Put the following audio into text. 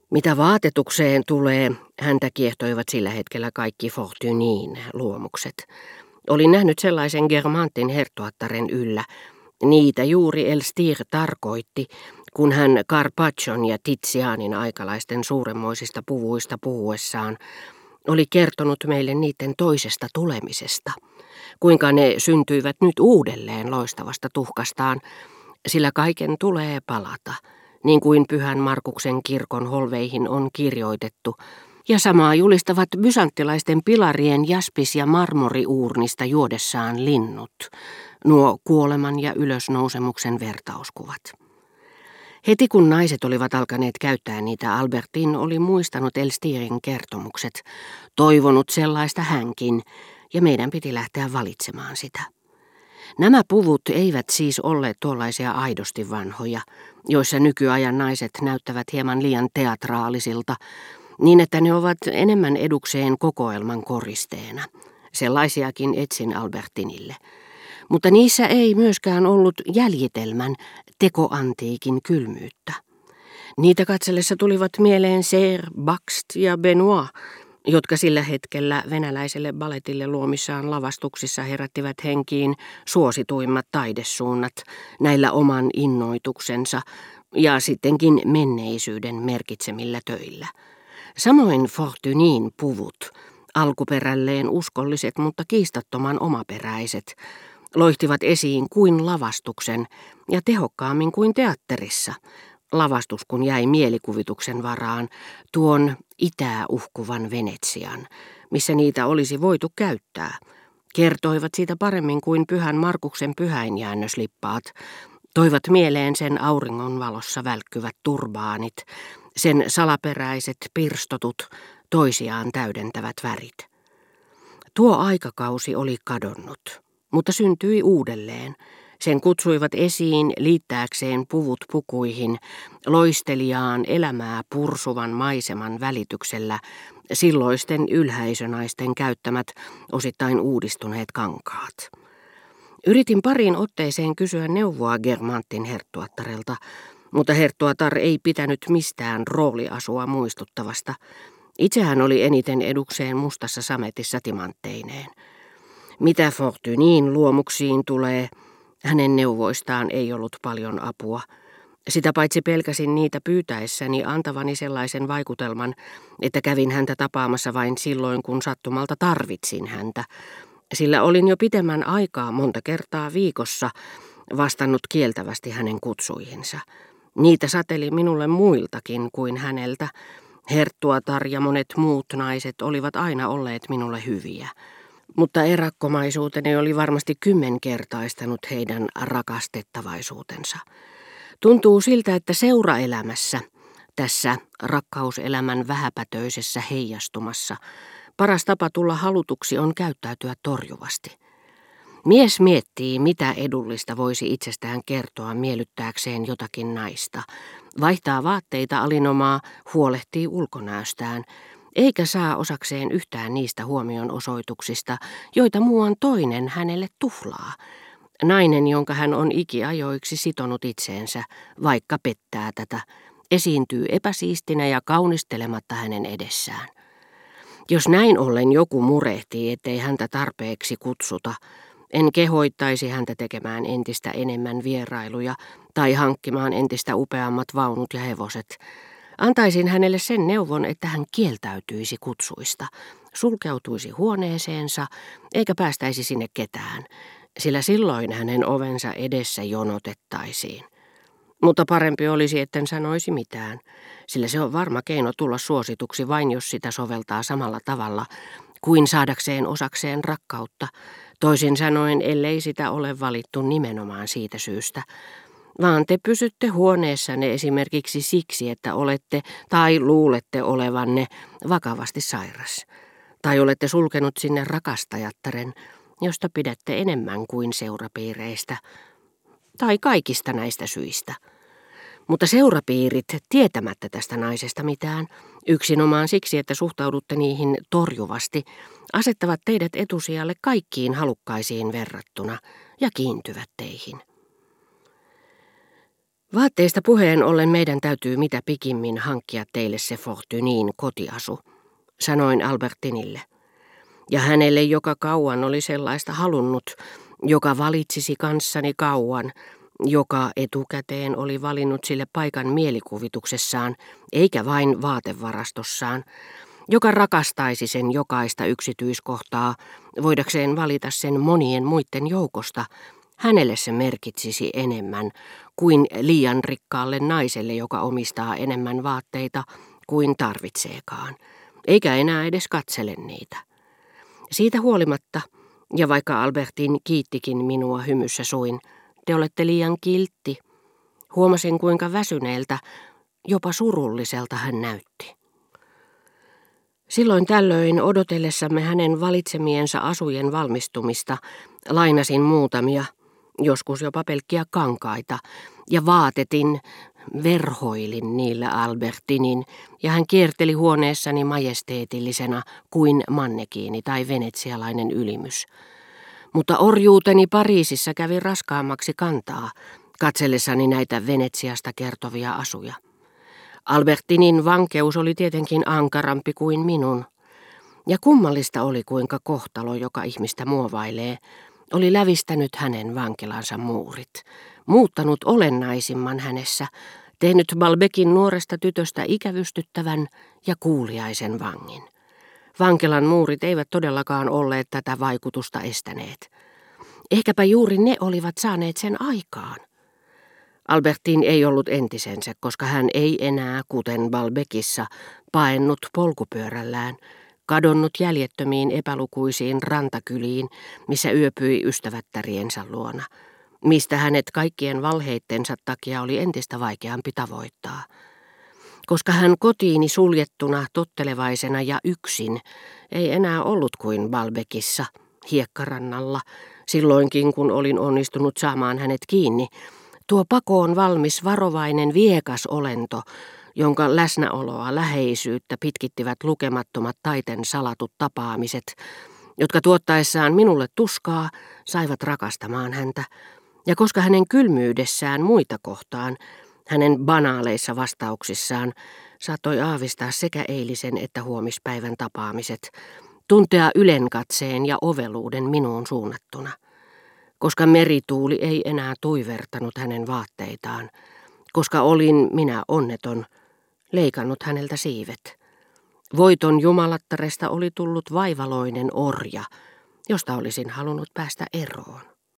Mitä vaatetukseen tulee, häntä kiehtoivat sillä hetkellä kaikki Fortunyin luomukset. Olin nähnyt sellaisen Guermantin herttuattaren yllä. Niitä juuri Elstir tarkoitti, kun hän Carpaccion ja Tizianin aikalaisten suuremmoisista puvuista puhuessaan oli kertonut meille niiden toisesta tulemisesta, kuinka ne syntyivät nyt uudelleen loistavasta tuhkastaan, sillä kaiken tulee palata, niin kuin Pyhän Markuksen kirkon holveihin on kirjoitettu, ja samaa julistavat bysanttilaisten pilarien jaspis- ja marmoriuurnista juodessaan linnut, nuo kuoleman ja ylösnousemuksen vertauskuvat. Heti kun naiset olivat alkaneet käyttää niitä, Albertin oli muistanut Elstirin kertomukset, toivonut sellaista hänkin, ja meidän piti lähteä valitsemaan sitä. Nämä puvut eivät siis olleet tuollaisia aidosti vanhoja, joissa nykyajan naiset näyttävät hieman liian teatraalisilta, niin että ne ovat enemmän edukseen kokoelman koristeena. Sellaisiakin etsin Albertinille. Mutta niissä ei myöskään ollut jäljitelmän tekoantiikin kylmyyttä. Niitä katsellessa tulivat mieleen Serre, Baxt ja Benoit, jotka sillä hetkellä venäläiselle balletille luomissaan lavastuksissa herättivät henkiin suosituimmat taidesuunnat näillä oman innoituksensa ja sittenkin menneisyyden merkitsemillä töillä. Samoin Fortunyin puvut, alkuperälleen uskolliset, mutta kiistattoman omaperäiset, loihtivat esiin kuin lavastuksen ja tehokkaammin kuin teatterissa. Lavastus kun jäi mielikuvituksen varaan tuon itää uhkuvan Venetsian, missä niitä olisi voitu käyttää. Kertoivat siitä paremmin kuin Pyhän Markuksen pyhäinjäännöslippaat, toivat mieleen sen auringon valossa välkkyvät turbaanit, sen salaperäiset pirstotut, toisiaan täydentävät värit. Tuo aikakausi oli kadonnut, mutta syntyi uudelleen. Sen kutsuivat esiin liittääkseen puvut pukuihin, loistelijaan elämää pursuvan maiseman välityksellä silloisten ylhäisönaisten käyttämät osittain uudistuneet kankaat. Yritin pariin otteeseen kysyä neuvoa Guermantin herttuattarelta, mutta herttuatar ei pitänyt mistään rooliasua muistuttavasta. Itsehän oli eniten edukseen mustassa sametissa timantteineen. Mitä Fortunyin luomuksiin tulee, hänen neuvoistaan ei ollut paljon apua. Sitä paitsi pelkäsin niitä pyytäessäni antavani sellaisen vaikutelman, että kävin häntä tapaamassa vain silloin, kun sattumalta tarvitsin häntä, sillä olin jo pitemmän aikaa monta kertaa viikossa vastannut kieltävästi hänen kutsuihinsa. Niitä sateli minulle muiltakin kuin häneltä. Herttuatar ja monet muut naiset olivat aina olleet minulle hyviä. Mutta erakkomaisuuteni oli varmasti 10-kertaistanut heidän rakastettavaisuutensa. Tuntuu siltä, että seuraelämässä, tässä rakkauselämän vähäpätöisessä heijastumassa, paras tapa tulla halutuksi on käyttäytyä torjuvasti. Mies miettii, mitä edullista voisi itsestään kertoa miellyttääkseen jotakin naista, vaihtaa vaatteita alinomaa, huolehtii ulkonäöstään, eikä saa osakseen yhtään niistä huomionosoituksista, joita muuan toinen hänelle tuhlaa. Nainen, jonka hän on ikiajoiksi sitonut itseensä, vaikka pettää tätä, esiintyy epäsiistinä ja kaunistelematta hänen edessään. Jos näin ollen joku murehtii, ettei häntä tarpeeksi kutsuta, en kehoittaisi häntä tekemään entistä enemmän vierailuja tai hankkimaan entistä upeammat vaunut ja hevoset. Antaisin hänelle sen neuvon, että hän kieltäytyisi kutsuista, sulkeutuisi huoneeseensa eikä päästäisi sinne ketään, sillä silloin hänen ovensa edessä jonotettaisiin. Mutta parempi olisi, etten sanoisi mitään, sillä se on varma keino tulla suosituksi vain jos sitä soveltaa samalla tavalla kuin saadakseen osakseen rakkautta, toisin sanoen ellei sitä ole valittu nimenomaan siitä syystä, vaan te pysytte huoneessanne esimerkiksi siksi, että olette tai luulette olevanne vakavasti sairas, tai olette sulkenut sinne rakastajattaren, josta pidätte enemmän kuin seurapiireistä, tai kaikista näistä syistä. Mutta seurapiirit, tietämättä tästä naisesta mitään, yksinomaan siksi, että suhtaudutte niihin torjuvasti, asettavat teidät etusijalle kaikkiin halukkaisiin verrattuna ja kiintyvät teihin. Vaatteista puheen ollen meidän täytyy mitä pikimmin hankkia teille se Fortunin kotiasu, sanoin Albertinille. Ja hänelle, joka kauan oli sellaista halunnut, joka valitsisi kanssani kauan, joka etukäteen oli valinnut sille paikan mielikuvituksessaan, eikä vain vaatevarastossaan, joka rakastaisi sen jokaista yksityiskohtaa, voidakseen valita sen monien muiden joukosta, hänelle se merkitsisi enemmän kuin liian rikkaalle naiselle, joka omistaa enemmän vaatteita kuin tarvitseekaan, eikä enää edes katsele niitä. Siitä huolimatta, ja vaikka Albertin kiittikin minua hymyssä suin, te olette liian kiltti. Huomasin, kuinka väsyneeltä, jopa surulliselta hän näytti. Silloin tällöin odotellessamme hänen valitsemiensa asujen valmistumista lainasin muutamia, joskus jopa pelkkiä kankaita, ja vaatetin, verhoilin niillä Albertinin, ja hän kierteli huoneessani majesteetillisena kuin mannekiini tai venetsialainen ylimys. Mutta orjuuteni Pariisissa kävi raskaammaksi kantaa, katsellessani näitä Venetsiasta kertovia asuja. Albertinin vankeus oli tietenkin ankarampi kuin minun, ja kummallista oli, kuinka kohtalo, joka ihmistä muovailee, oli lävistänyt hänen vankilansa muurit, muuttanut olennaisimman hänessä, tehnyt Balbecin nuoresta tytöstä ikävystyttävän ja kuuliaisen vangin. Vankilan muurit eivät todellakaan olleet tätä vaikutusta estäneet. Ehkäpä juuri ne olivat saaneet sen aikaan. Albertin ei ollut entisensä, koska hän ei enää, kuten Balbecissa, paennut polkupyörällään, kadonnut jäljettömiin epälukuisiin rantakyliin, missä yöpyi ystävättäriensä luona, mistä hänet kaikkien valheittensa takia oli entistä vaikeampi tavoittaa. Koska hän kotiini suljettuna, tottelevaisena ja yksin, ei enää ollut kuin Balbecissa, hiekkarannalla, silloinkin kun olin onnistunut saamaan hänet kiinni, tuo pakoon valmis varovainen viekas olento, jonka läsnäoloa, läheisyyttä pitkittivät lukemattomat taiten salatut tapaamiset, jotka tuottaessaan minulle tuskaa saivat rakastamaan häntä, ja koska hänen kylmyydessään muita kohtaan, hänen banaaleissa vastauksissaan, saattoi aavistaa sekä eilisen että huomispäivän tapaamiset, tuntea ylenkatseen ja oveluuden minuun suunnattuna. Koska merituuli ei enää tuivertanut hänen vaatteitaan, koska olin minä onneton, leikannut häneltä siivet. Voiton jumalattaresta oli tullut vaivaloinen orja, josta olisin halunnut päästä eroon.